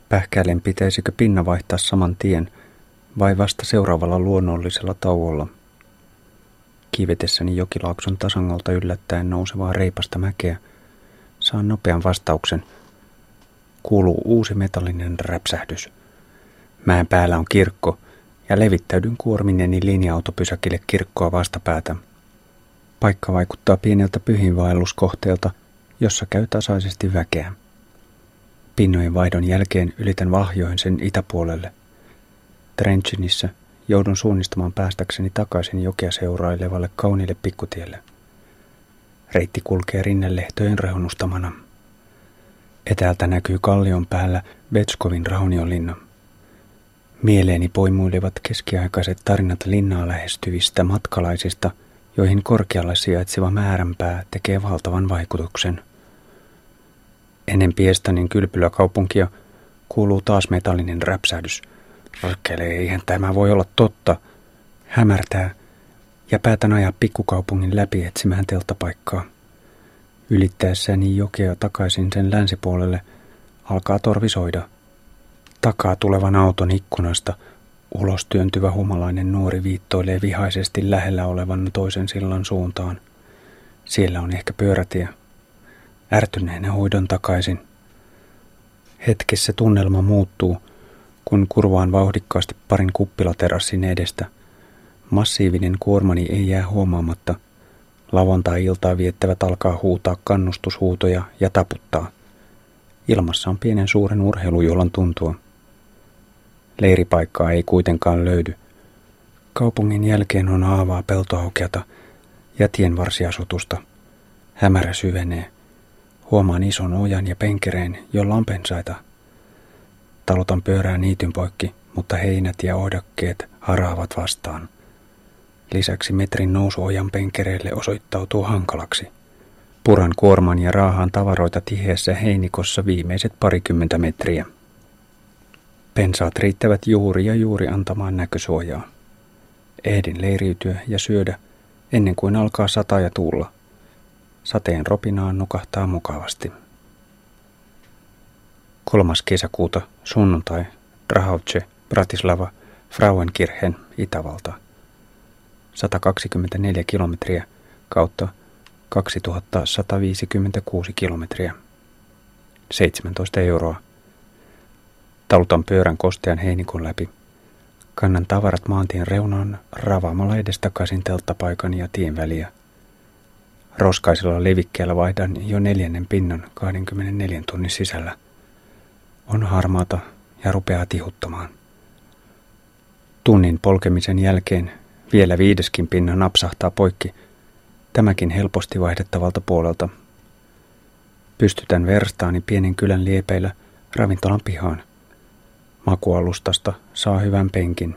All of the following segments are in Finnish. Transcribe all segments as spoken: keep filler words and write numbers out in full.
Pähkäilen, pitäisikö pinna vaihtaa saman tien vai vasta seuraavalla luonnollisella tauolla. Kiivetessäni jokilaakson tasangolta yllättäen nousevaa reipasta mäkeä saan nopean vastauksen. Kuuluu uusi metallinen räpsähdys. Mäen päällä on kirkko ja levittäydyn kuormineni linja-autopysäkille kirkkoa vastapäätä. Paikka vaikuttaa pieneltä pyhiinvaelluskohteelta, jossa käy tasaisesti väkeä. Pinnojen vaihdon jälkeen ylitän vahjoin sen itäpuolelle. Trenchinissä joudun suunnistamaan päästäkseni takaisin jokea seurailevalle kauniille pikkutielle. Reitti kulkee rinnelehtojen rehonnustamana. Etäältä näkyy kallion päällä Betskovin rauniolinna. Mieleeni poimuilevat keskiaikaiset tarinat linnaa lähestyvistä matkalaisista, joihin korkealla sijaitseva määränpää tekee valtavan vaikutuksen. Ennen Piestanin kylpyläkaupunkia kuuluu taas metallinen räpsähdys. Rakkele, eihän tämä voi olla totta. Hämärtää ja päätän ajaa pikkukaupungin läpi etsimään telttapaikkaa. Ylittäessäni jokea takaisin sen länsipuolelle alkaa torvisoida. Takaa tulevan auton ikkunasta ulos työntyvä humalainen nuori viittoilee vihaisesti lähellä olevan toisen sillan suuntaan. Siellä on ehkä pyörätie. Ärtyneenä huidon takaisin. Hetkessä tunnelma muuttuu, kun kurvaan vauhdikkaasti parin kuppilaterassin edestä. Massiivinen kuormani ei jää huomaamatta. Lavontai-iltaa viettävät alkaa huutaa kannustushuutoja ja taputtaa. Ilmassa on pienen suuren urheilujuhlan tuntua. Leiripaikkaa ei kuitenkaan löydy. Kaupungin jälkeen on aavaa peltoaukeata ja tienvarsiasutusta. Hämärä syvenee. Huomaan ison ojan ja penkereen, jolla on pensaita. Talutan pyörää niityn poikki, mutta heinät ja ohdakkeet haraavat vastaan. Lisäksi metrin nousu ojan penkereille osoittautuu hankalaksi. Puran kuorman ja raahaan tavaroita tiheässä heinikossa viimeiset parikymmentä metriä. Pensaat riittävät juuri ja juuri antamaan näkösuojaa. Ehdin leiriytyä ja syödä ennen kuin alkaa sataa ja tuulla. Sateen ropinaan nukahtaa mukavasti. kolmas kesäkuuta, sunnuntai, Drahovce, Bratislava, Frauenkirchen, Itävalta. sata kaksikymmentäneljä kilometriä kautta kaksituhatta sata viisikymmentäkuusi kilometriä. seitsemäntoista euroa. Talutan pyörän kostean heinikon läpi. Kannan tavarat maantien reunaan ravaamalla edestakaisin telttapaikan ja tien väliä. Roskaisella levikkeellä vaihdan jo neljännen pinnan kaksikymmentäneljä tunnin sisällä. On harmaata ja rupeaa tihuttamaan. Tunnin polkemisen jälkeen vielä viideskin pinna napsahtaa poikki, tämäkin helposti vaihdettavalta puolelta. Pystytän verstaani pienen kylän liepeillä ravintolan pihaan. Makualustasta saa hyvän penkin.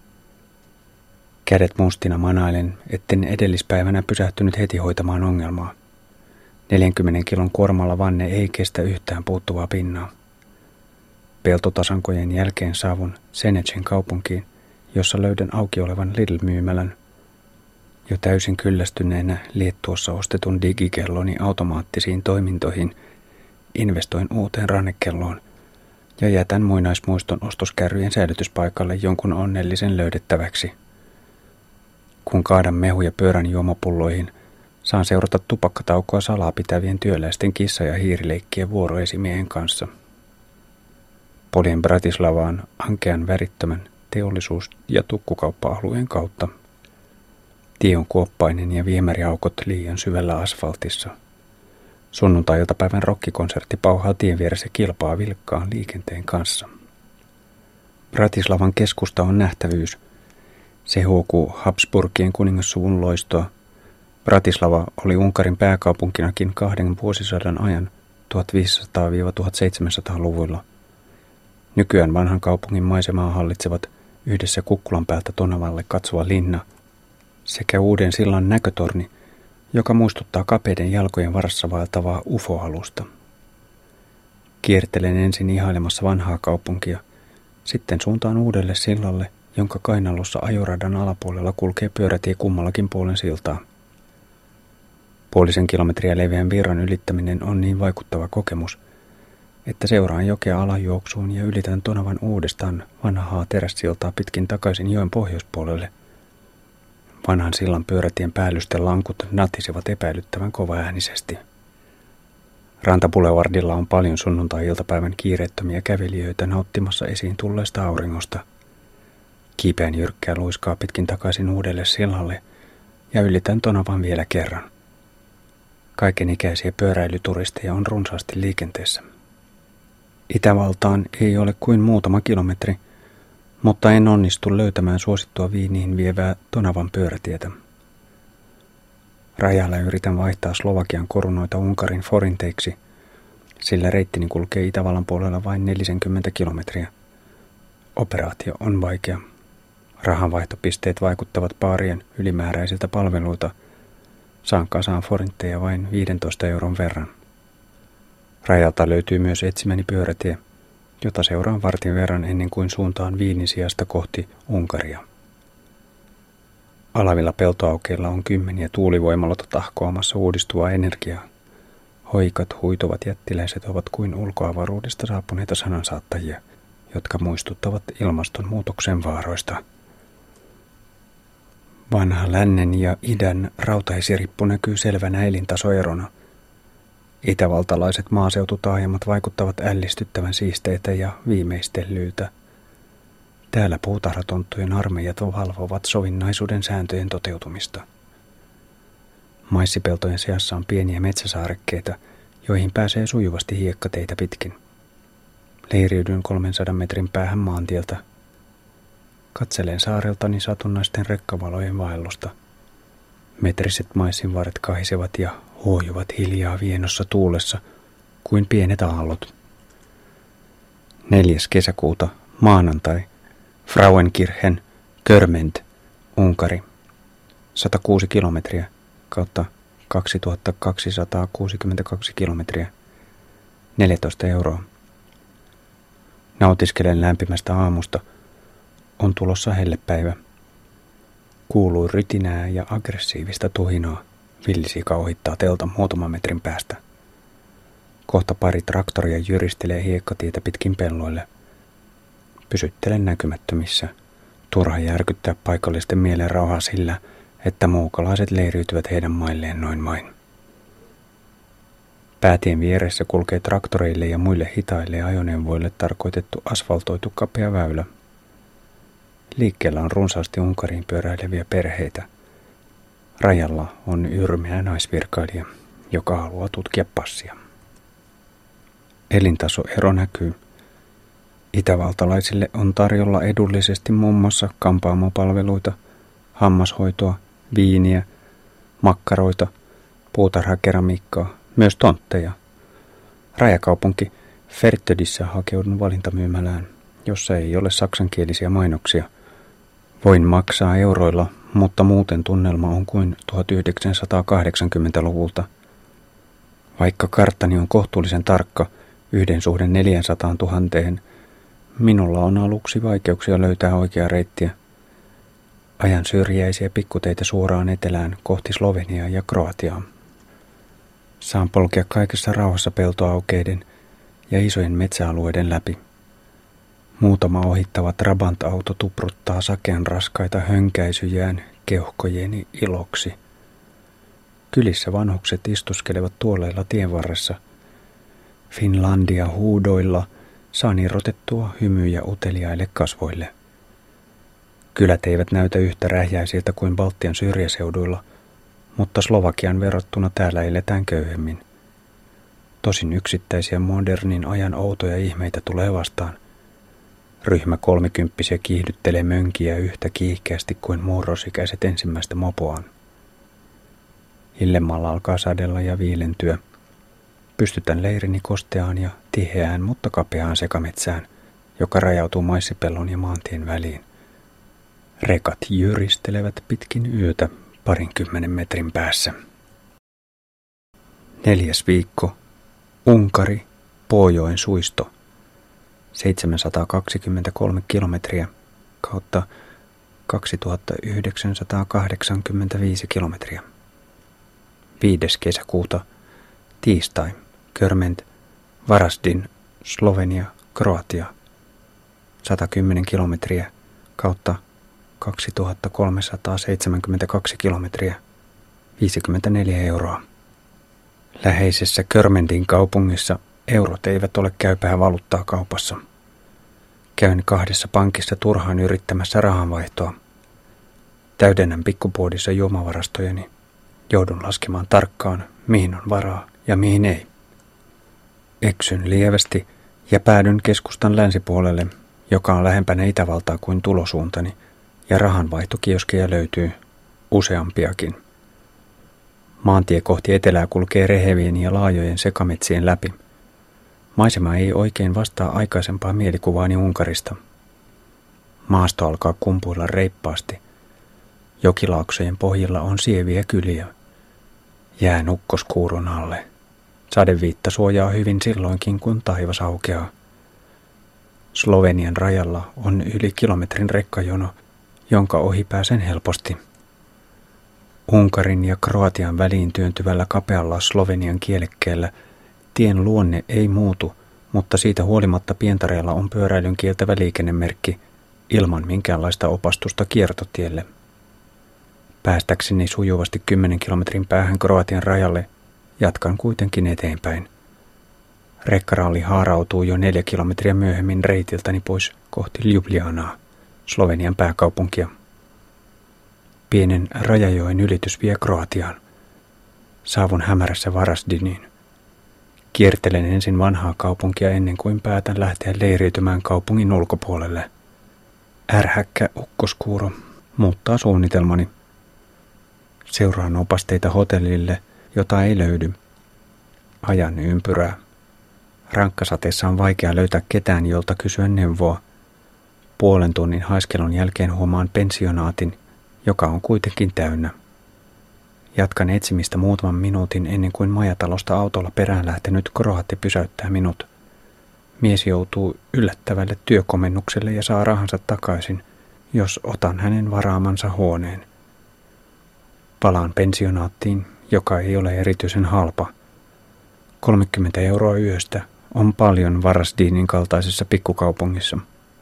Kädet mustina manailen, etten edellispäivänä pysähtynyt heti hoitamaan ongelmaa. neljänkymmenen kilon kuormalla vanne ei kestä yhtään puuttuvaa pinnaa. Peltotasankojen jälkeen saavun Senecen kaupunkiin, jossa löydän auki olevan Lidl-myymälän. Jo täysin kyllästyneenä Liettuossa ostetun digikelloni automaattisiin toimintoihin investoin uuteen rannekelloon ja jätän muinaismuiston ostoskärryjen säilytyspaikalle jonkun onnellisen löydettäväksi. Kun kaadan mehuja pyörän juomapulloihin, saan seurata tupakkataukoa salaa pitävien työläisten kissa- ja hiirileikkien vuoroesimiehen kanssa. Poljen Bratislavaan ankean värittömän teollisuus- ja tukkukauppa-alueen kautta. Tie on kuoppainen ja viemäriaukot liian syvällä asfaltissa. Sunnuntai-iltapäivän rokkikonsertti pauhaa tien vieressä kilpaa vilkkaan liikenteen kanssa. Bratislavan keskusta on nähtävyys. Se huokuu Habsburgien kuningassuvun loistoa. Bratislava oli Unkarin pääkaupunkinakin kahden vuosisadan ajan tuhatviisisataa–tuhatseitsemänsataaluvuilla. Nykyään vanhan kaupungin maisemaa hallitsevat yhdessä Kukkulan päältä Tonavalle katsova linna sekä uuden sillan näkötorni, joka muistuttaa kapeiden jalkojen varassa vaeltavaa U F O-alusta. Kiertelen ensin ihailemassa vanhaa kaupunkia, sitten suuntaan uudelle sillalle, jonka kainalossa ajoradan alapuolella kulkee pyörätie kummallakin puolen siltaa. Puolisen kilometriä leveän virran ylittäminen on niin vaikuttava kokemus, että seuraan jokea alajuoksuun ja ylitän Tonavan uudestaan vanhaa terässiltaa pitkin takaisin joen pohjoispuolelle. Vanhan sillan pyörätien päällysten lankut natisivat epäilyttävän kovaäänisesti. Rantabulevardilla on paljon sunnuntai-iltapäivän kiireettömiä kävelijöitä nauttimassa esiin tulleesta auringosta. Kiipeän jyrkkää luiskaa pitkin takaisin uudelle sillalle ja ylitän Tonavan vielä kerran. Kaikenikäisiä pyöräilyturisteja on runsaasti liikenteessä. Itävaltaan ei ole kuin muutama kilometri, mutta en onnistu löytämään suosittua Viiniin vievää Tonavan pyörätietä. Rajalla yritän vaihtaa Slovakian korunoita Unkarin forinteiksi, sillä reittini kulkee Itävallan puolella vain neljäkymmentä kilometriä. Operaatio on vaikea. Rahanvaihtopisteet vaikuttavat baarien ylimääräisiltä palveluilta. Saan kasaan forintteja vain viidentoista euron verran. Rajalta löytyy myös etsimäni pyörätie, jota seuraan vartin verran ennen kuin suuntaan Viinin sijasta kohti Unkaria. Alavilla peltoaukeilla on kymmeniä tuulivoimaloita tahkoamassa uudistuvaa energiaa. Hoikat huituvat jättiläiset ovat kuin ulkoavaruudesta saapuneita sanansaattajia, jotka muistuttavat ilmastonmuutoksen vaaroista. Vanha lännen ja idän rautaesirippu näkyy selvänä elintasoerona. Itävaltalaiset maaseututaajamat vaikuttavat ällistyttävän siisteitä ja viimeistellyiltä. Täällä puutarhatonttujen armeijat valvovat sovinnaisuuden sääntöjen toteutumista. Maissipeltojen seassa on pieniä metsäsaarekkeita, joihin pääsee sujuvasti hiekkateitä pitkin. Leiriydyn kolmensadan metrin päähän maantieltä. Katselen saareltani satunnaisten rekkavalojen vaellusta. Metriset maissinvarret kahisevat ja huojuvat hiljaa vienossa tuulessa kuin pienet aallot. neljäs kesäkuuta, maanantai, Frauenkirchen, Körment, Unkari, sata kuusi kilometriä kautta kaksituhattakaksisataakuusikymmentäkaksi kilometriä, neljätoista euroa. Nautiskelen lämpimästä aamusta. On tulossa hellepäivä. Kuuluu rytinää ja aggressiivista tuhinaa. Villisika ohittaa teltan muutaman metrin päästä. Kohta pari traktoria jyristelee hiekkatietä pitkin pelloille. Pysyttelen näkymättömissä. Turha järkyttää paikallisten mielen rauhaa sillä, että muukalaiset leiriytyvät heidän mailleen noin vain. Päätien vieressä kulkee traktoreille ja muille hitaille ajoneuvoille tarkoitettu asfaltoitu kapea väylä. Liikkeellä on runsaasti Unkariin pyöräileviä perheitä. Rajalla on yrmeä naisvirkailija, joka haluaa tutkia passia. Elintasoero näkyy. Itävaltalaisille on tarjolla edullisesti muun muassa kampaamopalveluita, hammashoitoa, viiniä, makkaroita, puutarhakeramiikkaa, myös tontteja. Rajakaupunki Fertödissä hakeudun valintamyymälään, jossa ei ole saksankielisiä mainoksia. Voin maksaa euroilla, mutta muuten tunnelma on kuin tuhatyhdeksänsataakahdeksankymmentäluvulta. Vaikka karttani on kohtuullisen tarkka, yhden suhde neljäsataan tuhanteen, minulla on aluksi vaikeuksia löytää oikeaa reittiä. Ajan syrjäisiä pikkuteitä suoraan etelään kohti Sloveniaa ja Kroatiaa. Saan polkea kaikessa rauhassa peltoaukeiden ja isojen metsäalueiden läpi. Muutama ohittava Trabant-auto tupruttaa sakean raskaita hönkäisyjään keuhkojeni iloksi. Kylissä vanhukset istuskelevat tuoleilla tienvarressa. Finlandia huudoilla saan irrotettua hymyjä uteliaille kasvoille. Kylät eivät näytä yhtä rähjäisiltä kuin Baltian syrjäseuduilla, mutta Slovakian verrattuna täällä eletään köyhemmin. Tosin yksittäisiä modernin ajan outoja ihmeitä tulee vastaan. Ryhmä kolmikymppisiä kiihdyttelee mönkiä yhtä kiihkeästi kuin murrosikäiset ensimmäistä mopoaan. Illemmalla alkaa sadella ja viilentyä. Pystytän leirini kosteaan ja tiheään, mutta kapeaan sekametsään, joka rajautuu maissipellon ja maantien väliin. Rekat jyristelevät pitkin yötä parinkymmenen metrin päässä. Neljäs viikko. Unkari, Poojoen suisto. seitsemänsataakaksikymmentäkolme kilometriä kautta kaksituhattayhdeksänsataakahdeksankymmentäviisi kilometriä. Viides kesäkuuta, tiistai, Körment, Varaždin, Slovenia, Kroatia. sata kymmenen kilometriä kautta kaksituhattakolmesataaseitsemänkymmentäkaksi kilometriä. viisikymmentäneljä euroa. Läheisessä Körmendin kaupungissa eurot eivät ole käypää valuuttaa kaupassa. Käyn kahdessa pankissa turhaan yrittämässä rahanvaihtoa. Täydennän pikkupuodissa juomavarastojeni. Joudun laskemaan tarkkaan, mihin on varaa ja mihin ei. Eksyn lievästi ja päädyn keskustan länsipuolelle, joka on lähempänä Itävaltaa kuin tulosuuntani, ja rahanvaihtokioskeja löytyy useampiakin. Maantie kohti etelää kulkee rehevien ja laajojen sekametsien läpi. Maisema ei oikein vastaa aikaisempaa mielikuvaani Unkarista. Maasto alkaa kumpuilla reippaasti. Jokilaaksojen pohjilla on sieviä kyliä. Jään ukkoskuurun alle. Sadeviitta suojaa hyvin silloinkin, kun taivas aukeaa. Slovenian rajalla on yli kilometrin rekkajono, jonka ohi pääsen helposti. Unkarin ja Kroatian väliin työntyvällä kapealla Slovenian kielekkeellä tien luonne ei muutu, mutta siitä huolimatta Pientareella on pyöräilyn kieltävä liikennemerkki ilman minkäänlaista opastusta kiertotielle. Päästäkseni sujuvasti kymmenen kilometrin päähän Kroatian rajalle jatkan kuitenkin eteenpäin. Rekkaralli haarautuu jo neljä kilometriä myöhemmin reitiltäni pois kohti Ljubljanaa, Slovenian pääkaupunkia. Pienen rajajoen ylitys vie Kroatiaan. Saavun hämärässä Varaždiniin. Kiertelen ensin vanhaa kaupunkia ennen kuin päätän lähteä leiriytymään kaupungin ulkopuolelle. Ärhäkkä ukkoskuuro muuttaa suunnitelmani. Seuraan opasteita hotellille, jota ei löydy. Ajan ympyrää. Rankkasateessa on vaikea löytää ketään, jolta kysyä neuvoa. Puolen tunnin haiskelun jälkeen huomaan pensionaatin, joka on kuitenkin täynnä. Jatkan etsimistä muutaman minuutin ennen kuin majatalosta autolla perään lähtenyt kroatti pysäyttää minut. Mies joutuu yllättävälle työkomennukselle ja saa rahansa takaisin, jos otan hänen varaamansa huoneen. Palaan pensionaattiin, joka ei ole erityisen halpa. kolmekymmentä euroa yöstä on paljon Varaždinin kaltaisessa pikkukaupungissa.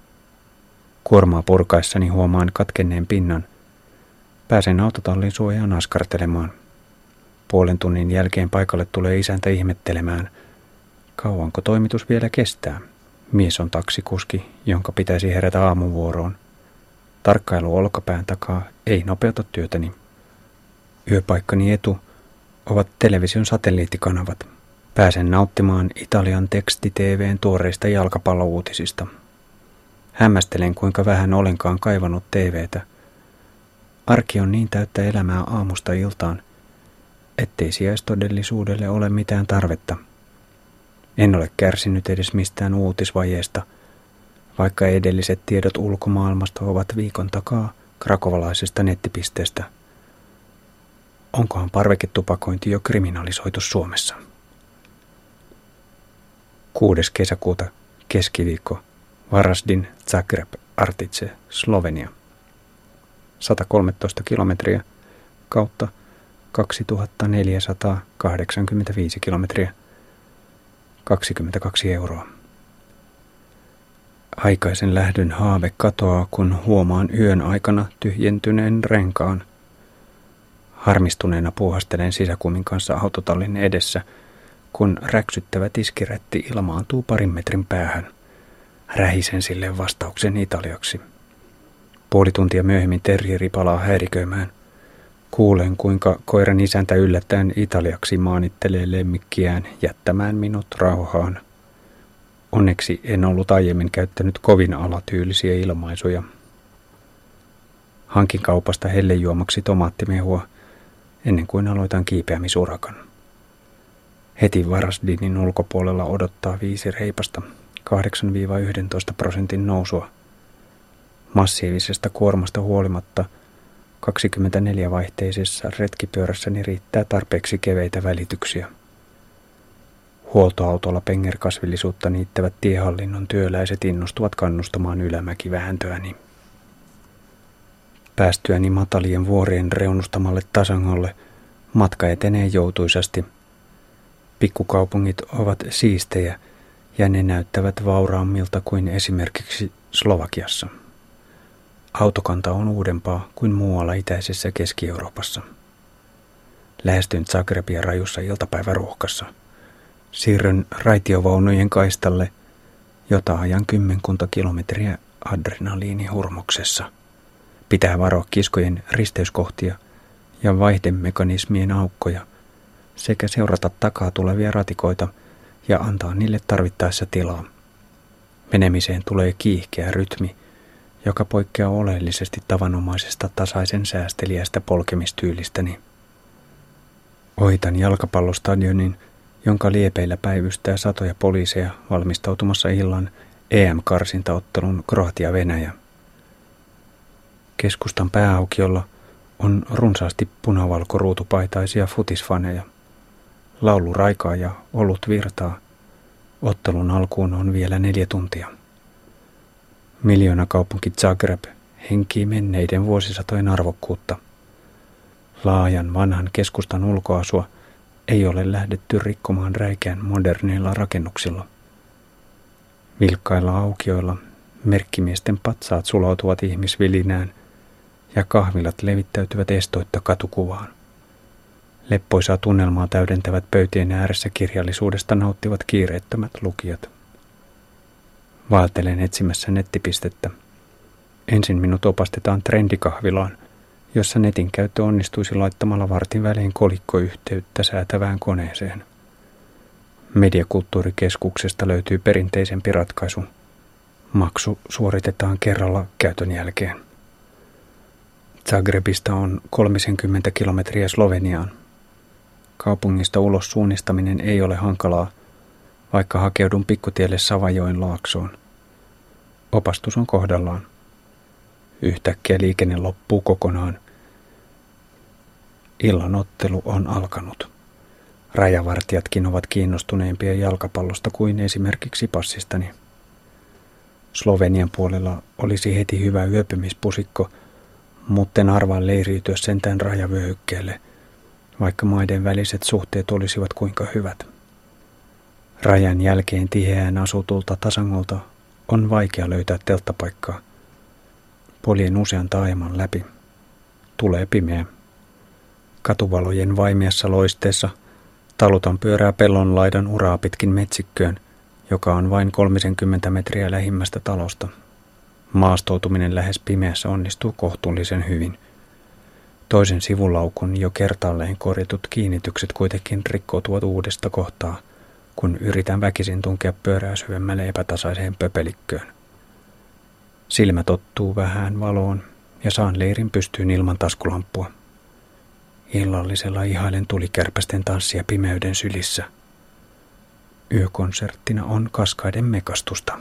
Kuormaa purkaessani huomaan katkenneen pinnan. Pääsen autotallin suojaan askartelemaan. Puolen tunnin jälkeen paikalle tulee isäntä ihmettelemään, kauanko toimitus vielä kestää. Mies on taksikuski, jonka pitäisi herätä aamuvuoroon. Tarkkailu olkapään takaa ei nopeuta työtäni. Yöpaikkani etu ovat television satelliittikanavat. Pääsen nauttimaan Italian teksti-T V:n tuoreista jalkapallouutisista. Hämmästelen, kuinka vähän olenkaan kaivannut T V:tä. Arki on niin täyttä elämää aamusta iltaan, ettei sijaistodellisuudelle ole mitään tarvetta. En ole kärsinyt edes mistään uutisvajeesta, vaikka edelliset tiedot ulkomaailmasta ovat viikon takaa krakovalaisesta nettipisteestä. Onkohan parveketupakointi jo kriminalisoitu Suomessa? kuudes kesäkuuta, keskiviikko, Varaždin, Zagreb, Artice, Slovenia. sata kolmetoista kilometriä kautta kaksituhattaneljäsataakahdeksankymmentäviisi kilometriä. kaksikymmentäkaksi euroa. Aikaisen lähdön haave katoaa, kun huomaan yön aikana tyhjentyneen renkaan. Harmistuneena puuhastelen sisäkumin kanssa autotallin edessä, kun räksyttävä tiskirätti ilmaantuu parin metrin päähän. Rähisen sille vastauksen italiaksi. Puoli tuntia myöhemmin terrieri palaa häiriköimään. Kuulen, kuinka koiran isäntä yllättäen italiaksi maanittelee lemmikkiään jättämään minut rauhaan. Onneksi en ollut aiemmin käyttänyt kovin alatyylisiä ilmaisuja. Hankin kaupasta hellejuomaksi tomaattimehua ennen kuin aloitan kiipeämisurakan. Heti Varaždinin ulkopuolella odottaa viisi reipasta, kahdeksan yksitoista prosentin nousua. Massiivisesta kuormasta huolimatta kaksikymmentäneljä-vaihteisessa retkipyörässäni riittää tarpeeksi keveitä välityksiä. Huoltoautolla pengerkasvillisuutta niittävät tiehallinnon työläiset innostuvat kannustamaan ylämäkivääntöäni. Päästyäni matalien vuorien reunustamalle tasangolle matka etenee joutuisasti. Pikkukaupungit ovat siistejä ja ne näyttävät vauraammilta kuin esimerkiksi Slovakiassa. Autokanta on uudempaa kuin muualla itäisessä Keski-Euroopassa. Lähestyn Zagrebia rajussa iltapäiväruuhkassa. Siirryn raitiovaunujen kaistalle, jota ajan kymmenkunta kilometriä adrenaliinihurmoksessa. Pitää varoa kiskojen risteyskohtia ja vaihdemekanismien aukkoja sekä seurata takaa tulevia ratikoita ja antaa niille tarvittaessa tilaa. Menemiseen tulee kiihkeä rytmi, joka poikkeaa oleellisesti tavanomaisesta tasaisen säästeliästä polkemistyylistäni. Ohitan jalkapallostadionin, jonka liepeillä päivystää satoja poliiseja valmistautumassa illan E M-karsintaottelun Kroatia-Venäjä. Keskustan pääaukiolla on runsaasti punavalkoruutupaitaisia futisfaneja. Laulu raikaa ja olut virtaa. Ottelun alkuun on vielä neljä tuntia. Miljoonakaupunki Zagreb henkii menneiden vuosisatojen arvokkuutta. Laajan vanhan keskustan ulkoasua ei ole lähdetty rikkomaan räikeän moderneilla rakennuksilla. Vilkkailla aukioilla merkkimiesten patsaat sulautuvat ihmisvilinään ja kahvilat levittäytyvät estoitta katukuvaan. Leppoisaa tunnelmaa täydentävät pöytien ääressä kirjallisuudesta nauttivat kiireettömät lukijat. Vaeltelen etsimässä nettipistettä. Ensin minut opastetaan trendikahvilaan, jossa netin käyttö onnistuisi laittamalla vartin välein kolikkoyhteyttä säätävään koneeseen. Mediakulttuurikeskuksesta löytyy perinteisempi ratkaisu. Maksu suoritetaan kerralla käytön jälkeen. Zagrebista on kolmekymmentä kilometriä Sloveniaan. Kaupungista ulos suunnistaminen ei ole hankalaa, vaikka hakeudun pikkutielle Savajoen laaksoon. Opastus on kohdallaan. Yhtäkkiä liikenne loppuu kokonaan. Illan ottelu on alkanut. Rajavartijatkin ovat kiinnostuneempia jalkapallosta kuin esimerkiksi passistani. Slovenian puolella olisi heti hyvä yöpymispusikko, mutten arvaan leiriytyä sentään rajavyöhykkeelle, vaikka maiden väliset suhteet olisivat kuinka hyvät. Rajan jälkeen tiheään asutulta tasangolta on vaikea löytää telttapaikkaa. Poljen usean taajaman läpi. Tulee pimeä. Katuvalojen vaimeassa loisteessa talutan pyörää pellon laidan uraa pitkin metsikköön, joka on vain kolmekymmentä metriä lähimmästä talosta. Maastoutuminen lähes pimeässä onnistuu kohtuullisen hyvin. Toisen sivulaukun jo kertaalleen korjatut kiinnitykset kuitenkin rikkoutuvat uudesta kohtaa, kun yritän väkisin tunkea pyörää syvemmälle epätasaiseen pöpelikköön. Silmä tottuu vähään valoon ja saan leirin pystyyn ilman taskulamppua. Illallisella ihailen tulikärpästen tanssia pimeyden sylissä. Yökonserttina on Kaskaiden mekastusta.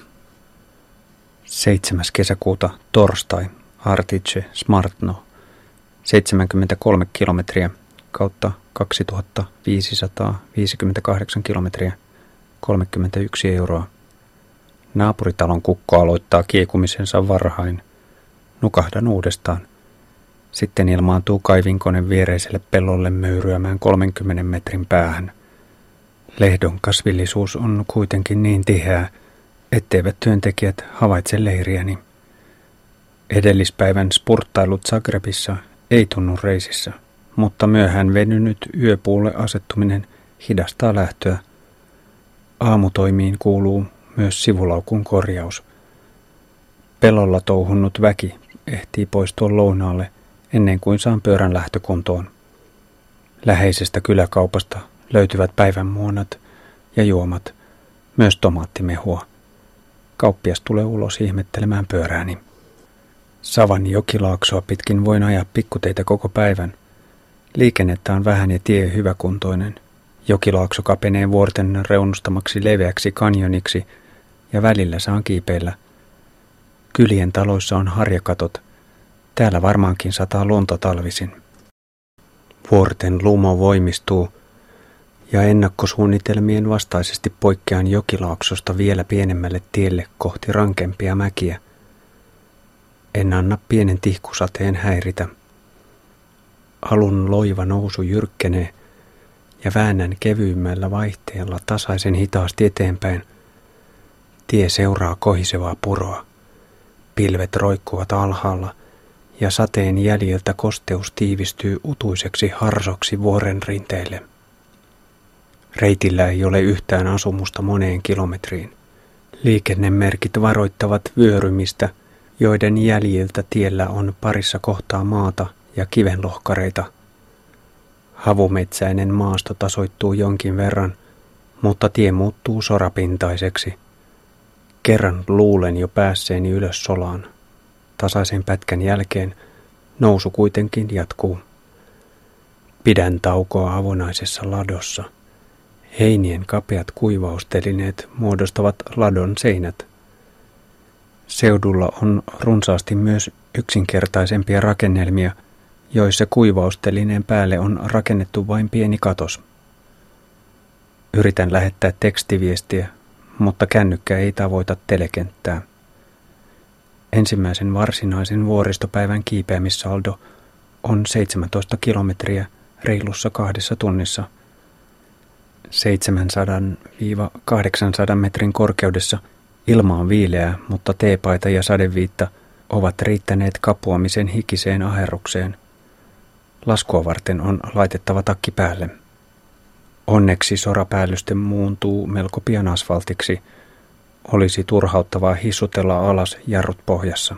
seitsemäs kesäkuuta torstai, Artice Smartno, seitsemänkymmentäkolme kilometriä kautta kaksituhattaviisisataaviisikymmentäkahdeksan kilometriä, kolmekymmentäyksi euroa. Naapuritalon kukko aloittaa kiekumisensa varhain. Nukahdan uudestaan. Sitten ilmaantuu kaivinkone viereiselle pellolle möyryämään kolmenkymmenen metrin päähän. Lehdon kasvillisuus on kuitenkin niin tiheää, etteivät työntekijät havaitse leiriäni. Edellispäivän spurttailu Zagrebissa ei tunnu reisissä, mutta myöhään venynyt yöpuulle asettuminen hidastaa lähtöä. Aamutoimiin kuuluu myös sivulaukun korjaus. Pelolla touhunnut väki ehtii poistua lounaalle ennen kuin saan pyörän lähtökuntoon. Läheisestä kyläkaupasta löytyvät päivänmuonat ja juomat, myös tomaattimehua. Kauppias tulee ulos ihmettelemään pyörääni. Savan jokilaaksoa pitkin voin ajaa pikkuteitä koko päivän. Liikennettä on vähän ja tie hyväkuntoinen. Jokilaakso kapenee vuorten reunustamaksi leveäksi kanjoniksi ja välillä saan kiipeillä. Kylien taloissa on harjakatot. Täällä varmaankin sataa lunta talvisin. Vuorten lumo voimistuu ja ennakkosuunnitelmien vastaisesti poikkean jokilaaksosta vielä pienemmälle tielle kohti rankempia mäkiä. En anna pienen tihkusateen häiritä. Alun loiva nousu jyrkkenee ja väännän kevyimmällä vaihteella tasaisen hitaasti eteenpäin, Tie seuraa kohisevaa puroa. Pilvet roikkuvat alhaalla ja sateen jäljiltä kosteus tiivistyy utuiseksi harsoksi vuoren rinteille. Reitillä ei ole yhtään asumusta moneen kilometriin. Liikennemerkit varoittavat vyörymistä, joiden jäljiltä tiellä on parissa kohtaa maata ja kivenlohkareita. Havumetsäinen maasto tasoittuu jonkin verran, mutta tie muuttuu sorapintaiseksi. Kerran luulen jo päässeeni ylös solaan. Tasaisen pätkän jälkeen nousu kuitenkin jatkuu. Pidän taukoa avonaisessa ladossa. Heinien kapeat kuivaustelineet muodostavat ladon seinät. Seudulla on runsaasti myös yksinkertaisempia rakennelmia, joissa kuivaustelineen päälle on rakennettu vain pieni katos. Yritän lähettää tekstiviestiä, mutta kännykkä ei tavoita telekenttää. Ensimmäisen varsinaisen vuoristopäivän kiipeämissaldo on seitsemäntoista kilometriä reilussa kahdessa tunnissa. seitsemänsataa kahdeksansataa metrin korkeudessa ilma on viileää, mutta teepaita ja sadeviitta ovat riittäneet kapuamisen hikiseen aherrukseen. Laskua varten on laitettava takki päälle. Onneksi sorapäällyste muuntuu melko pian asfaltiksi. Olisi turhauttavaa hissutella alas jarrut pohjassa.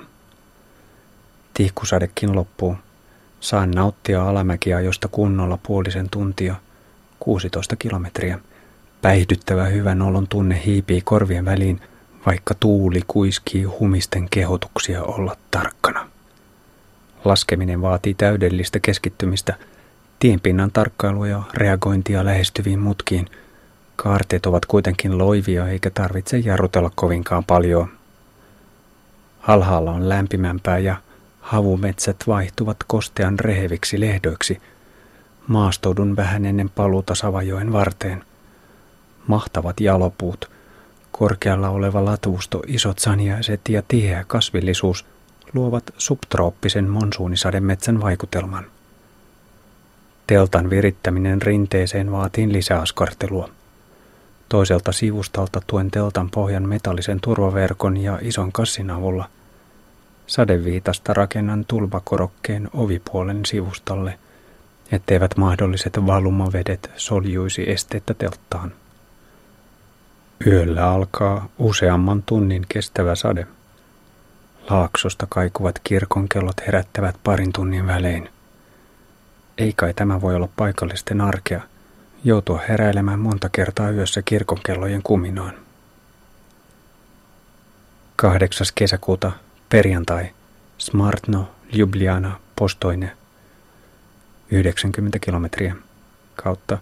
Tihkusadekin loppuu. Saan nauttia alamäkiajosta kunnolla puolisen tuntia, kuusitoista kilometriä. Päihdyttävä hyvän olon tunne hiipii korvien väliin, vaikka tuuli kuiskii humisten kehotuksia olla tarkkana. Laskeminen vaatii täydellistä keskittymistä, tienpinnan tarkkailua ja reagointia lähestyviin mutkiin. Kaarteet ovat kuitenkin loivia eikä tarvitse jarrutella kovinkaan paljon. Alhaalla on lämpimämpää ja havumetsät vaihtuvat kostean reheviksi lehdoiksi. Maastoudun vähän ennen paluuta Savajoen varteen. Mahtavat jalopuut, korkealla oleva latvusto, isot saniaiset ja tiheä kasvillisuus luovat subtrooppisen monsuunisademetsän vaikutelman. Teltan virittäminen rinteeseen vaatii lisäaskartelua. Toiselta sivustalta tuen teltan pohjan metallisen turvaverkon ja ison kassin avulla. Sadeviitasta rakennan tulpakorokkeen ovipuolen sivustalle, etteivät mahdolliset valumavedet soljuisi esteettä telttaan. Yöllä alkaa useamman tunnin kestävä sade. Laaksosta kaikuvat kirkonkellot herättävät parin tunnin välein. Ei kai tämä voi olla paikallisten arkea, joutua heräilemään monta kertaa yössä kirkonkellojen kuminaan. kahdeksas kesäkuuta, perjantai, Smartno, Ljubljana, Postoine, yhdeksänkymmentä kilometriä, kautta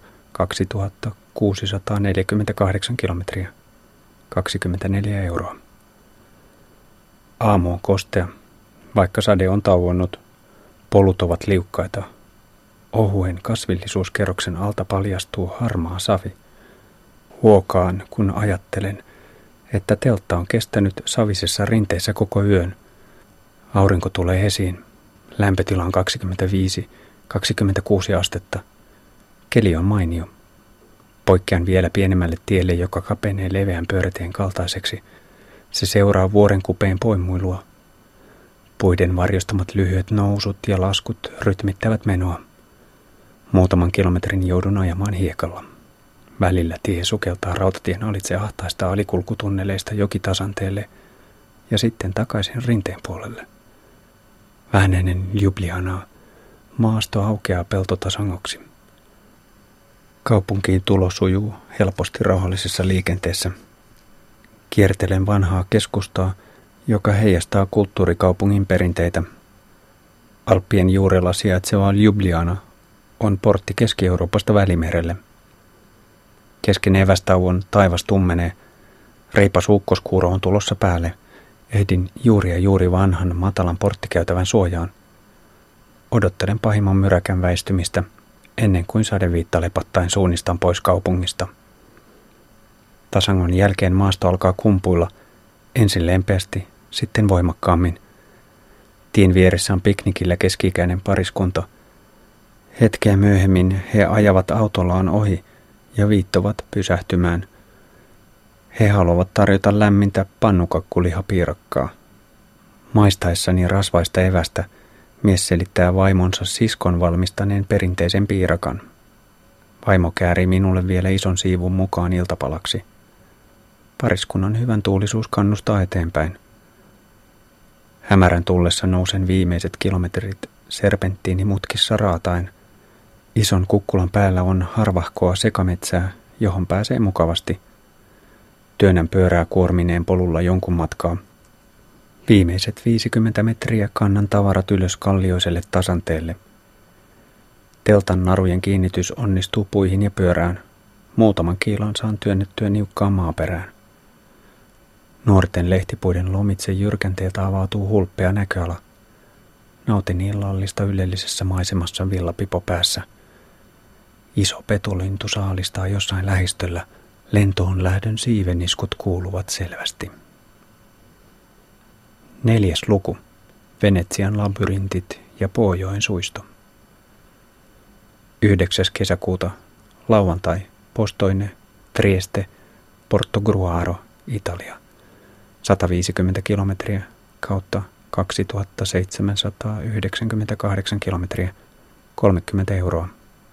kaksituhattakuusisataaneljäkymmentäkahdeksan kilometriä, kaksikymmentäneljä euroa. Aamu on kostea, vaikka sade on tauonnut, polut ovat liukkaita. Ohuen kasvillisuuskerroksen alta paljastuu harmaa savi. Huokaan, kun ajattelen, että teltta on kestänyt savisessa rinteessä koko yön. Aurinko tulee esiin. Lämpötila on kaksikymmentäviisi kaksikymmentäkuusi astetta. Keli on mainio. Poikkean vielä pienemmälle tielle, joka kapenee leveän pyörätien kaltaiseksi. Se seuraa vuoren kupeen poimuilua. Puiden varjostamat lyhyet nousut ja laskut rytmittävät menoa. Muutaman kilometrin joudun ajamaan hiekalla. Välillä tie sukeltaa rautatien alitse ahtaista alikulkutunneleista jokitasanteelle ja sitten takaisin rinteen puolelle. Vähän ennen Ljubljanaa maasto aukeaa peltotasangoksi. Kaupunkiin tulo sujuu helposti rauhallisessa liikenteessä. Kiertelen vanhaa keskustaa, joka heijastaa kulttuurikaupungin perinteitä. Alppien juurella sijaitseva Ljubljana on portti Keski-Euroopasta Välimerelle. Kesken evästauon taivas tummenee. Reipas ukkoskuuro on tulossa päälle. Ehdin juuri ja juuri vanhan matalan porttikäytävän suojaan. Odottelen pahimman myräkän väistymistä ennen kuin sadeviitta lepattaen suunnistan pois kaupungista. Tasangon jälkeen maasto alkaa kumpuilla, ensin lempeästi, sitten voimakkaammin. Tien vieressä on piknikillä keski-ikäinen pariskunta. Hetkeä myöhemmin he ajavat autollaan ohi ja viittovat pysähtymään. He haluavat tarjota lämmintä pannukakkulihapiirakkaa. Maistaessani rasvaista evästä mies selittää vaimonsa siskon valmistaneen perinteisen piirakan. Vaimo käärii minulle vielä ison siivun mukaan iltapalaksi. Pariskunnan hyvän tuulisuus kannustaa eteenpäin. Hämärän tullessa nousen viimeiset kilometrit serpenttiinimutkissa raataen. Ison kukkulan päällä on harvahkoa sekametsää, johon pääsee mukavasti. Työnnän pyörää kuormineen polulla jonkun matkaa. Viimeiset viisikymmentä metriä kannan tavarat ylös kallioiselle tasanteelle. Teltan narujen kiinnitys onnistuu puihin ja pyörään. Muutaman kiilan saan työnnettyä niukkaan maaperään. Nuorten lehtipuiden lomitse jyrkänteeltä avautuu hulppea näköala. Nautin illallista ylellisessä maisemassa villapipo päässä. Iso petulintu saalistaa jossain lähistöllä. Lentoon lähdön siiveniskut kuuluvat selvästi. Neljäs luku. Venetsian labyrintit ja Pojoen suisto. yhdeksäs kesäkuuta. Lauantai. Postoine, Trieste, Portogruaro, Italia. sata viisikymmentä kilometriä kautta kaksituhattaseitsemänsataayhdeksänkymmentäkahdeksan kilometriä, kolmekymmentä euroa.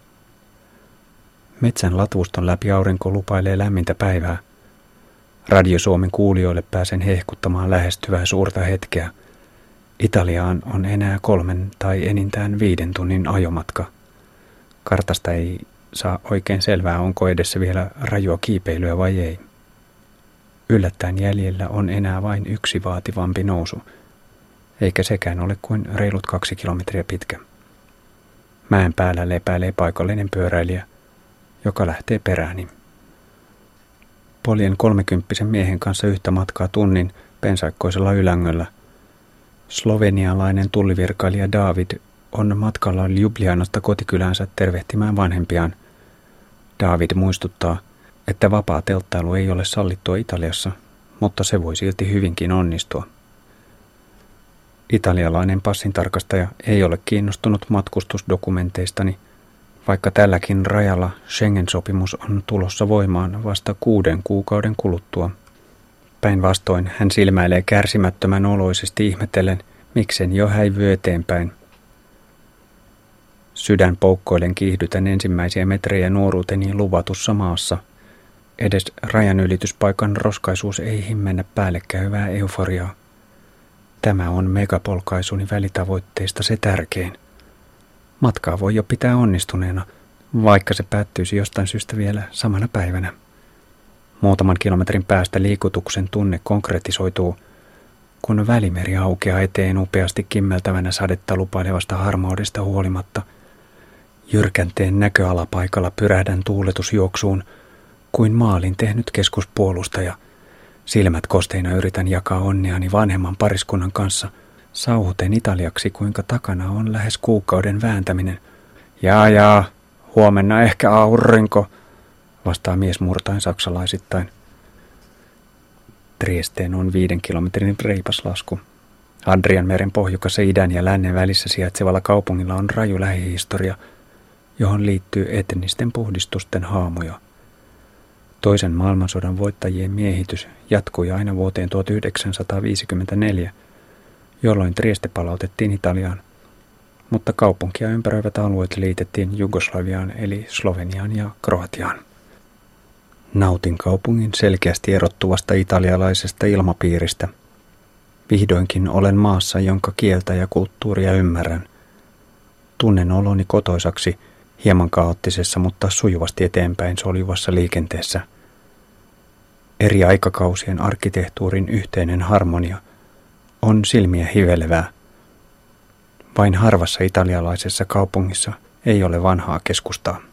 Metsän latvuston läpi aurinko lupailee lämmintä päivää. Radio Suomen kuulijoille pääsen hehkuttamaan lähestyvää suurta hetkeä. Italiaan on enää kolmen tai enintään viiden tunnin ajomatka. Kartasta ei saa oikein selvää, onko edessä vielä rajua kiipeilyä vai ei. Yllättäen jäljellä on enää vain yksi vaativampi nousu, eikä sekään ole kuin reilut kaksi kilometriä pitkä. Mäen päällä lepäilee paikallinen pyöräilijä, joka lähtee perääni. Poljen kolmekymppisen miehen kanssa yhtä matkaa tunnin pensaikkoisella ylängöllä. Slovenialainen tullivirkailija David on matkalla Ljubljanasta kotikyläänsä tervehtimään vanhempiaan. David muistuttaa, että vapaa telttailu ei ole sallittua Italiassa, mutta se voi silti hyvinkin onnistua. Italialainen passintarkastaja ei ole kiinnostunut matkustusdokumenteistani, vaikka tälläkin rajalla Schengen-sopimus on tulossa voimaan vasta kuuden kuukauden kuluttua. Päinvastoin hän silmäilee kärsimättömän oloisesti ihmetellen, miksen jo häivyy eteenpäin. Sydän poukkoilen kiihdytän ensimmäisiä metrejä nuoruuteni luvatussa maassa. Edes rajanylityspaikan roskaisuus ei himmennä päälle käyvää euforiaa. Tämä on megapolkaisuni välitavoitteista se tärkein. Matkaa voi jo pitää onnistuneena, vaikka se päättyisi jostain syystä vielä samana päivänä. Muutaman kilometrin päästä liikutuksen tunne konkretisoituu, kun Välimeri aukeaa eteen upeasti kimmeltävänä sadetta lupailevasta harmaudesta huolimatta. Jyrkänteen näköalapaikalla pyrähdän tuuletusjuoksuun kuin maalin tehnyt keskuspuolustaja. Silmät kosteina yritän jakaa onneani vanhemman pariskunnan kanssa. Sauhuten italiaksi, kuinka takana on lähes kuukauden vääntäminen. Jaa jaa, huomenna ehkä aurinko, vastaa mies murtain saksalaisittain. Triesteen on viiden kilometrin reipas lasku. Adrianmeren pohjukassa idän ja lännen välissä sijaitsevalla kaupungilla on raju lähihistoria, johon liittyy etnisten puhdistusten haamuja. Toisen maailmansodan voittajien miehitys jatkui aina vuoteen tuhatyhdeksänsataaviisikymmentäneljä, jolloin Trieste palautettiin Italiaan, mutta kaupunkia ympäröivät alueet liitettiin Jugoslaviaan eli Sloveniaan ja Kroatiaan. Nautin kaupungin selkeästi erottuvasta italialaisesta ilmapiiristä. Vihdoinkin olen maassa, jonka kieltä ja kulttuuria ymmärrän. Tunnen oloni kotoisaksi hieman kaoottisessa, mutta sujuvasti eteenpäin soljuvassa liikenteessä. Eri aikakausien arkkitehtuurin yhteinen harmonia on silmiä hivelevää. Vain harvassa italialaisessa kaupungissa ei ole vanhaa keskustaa.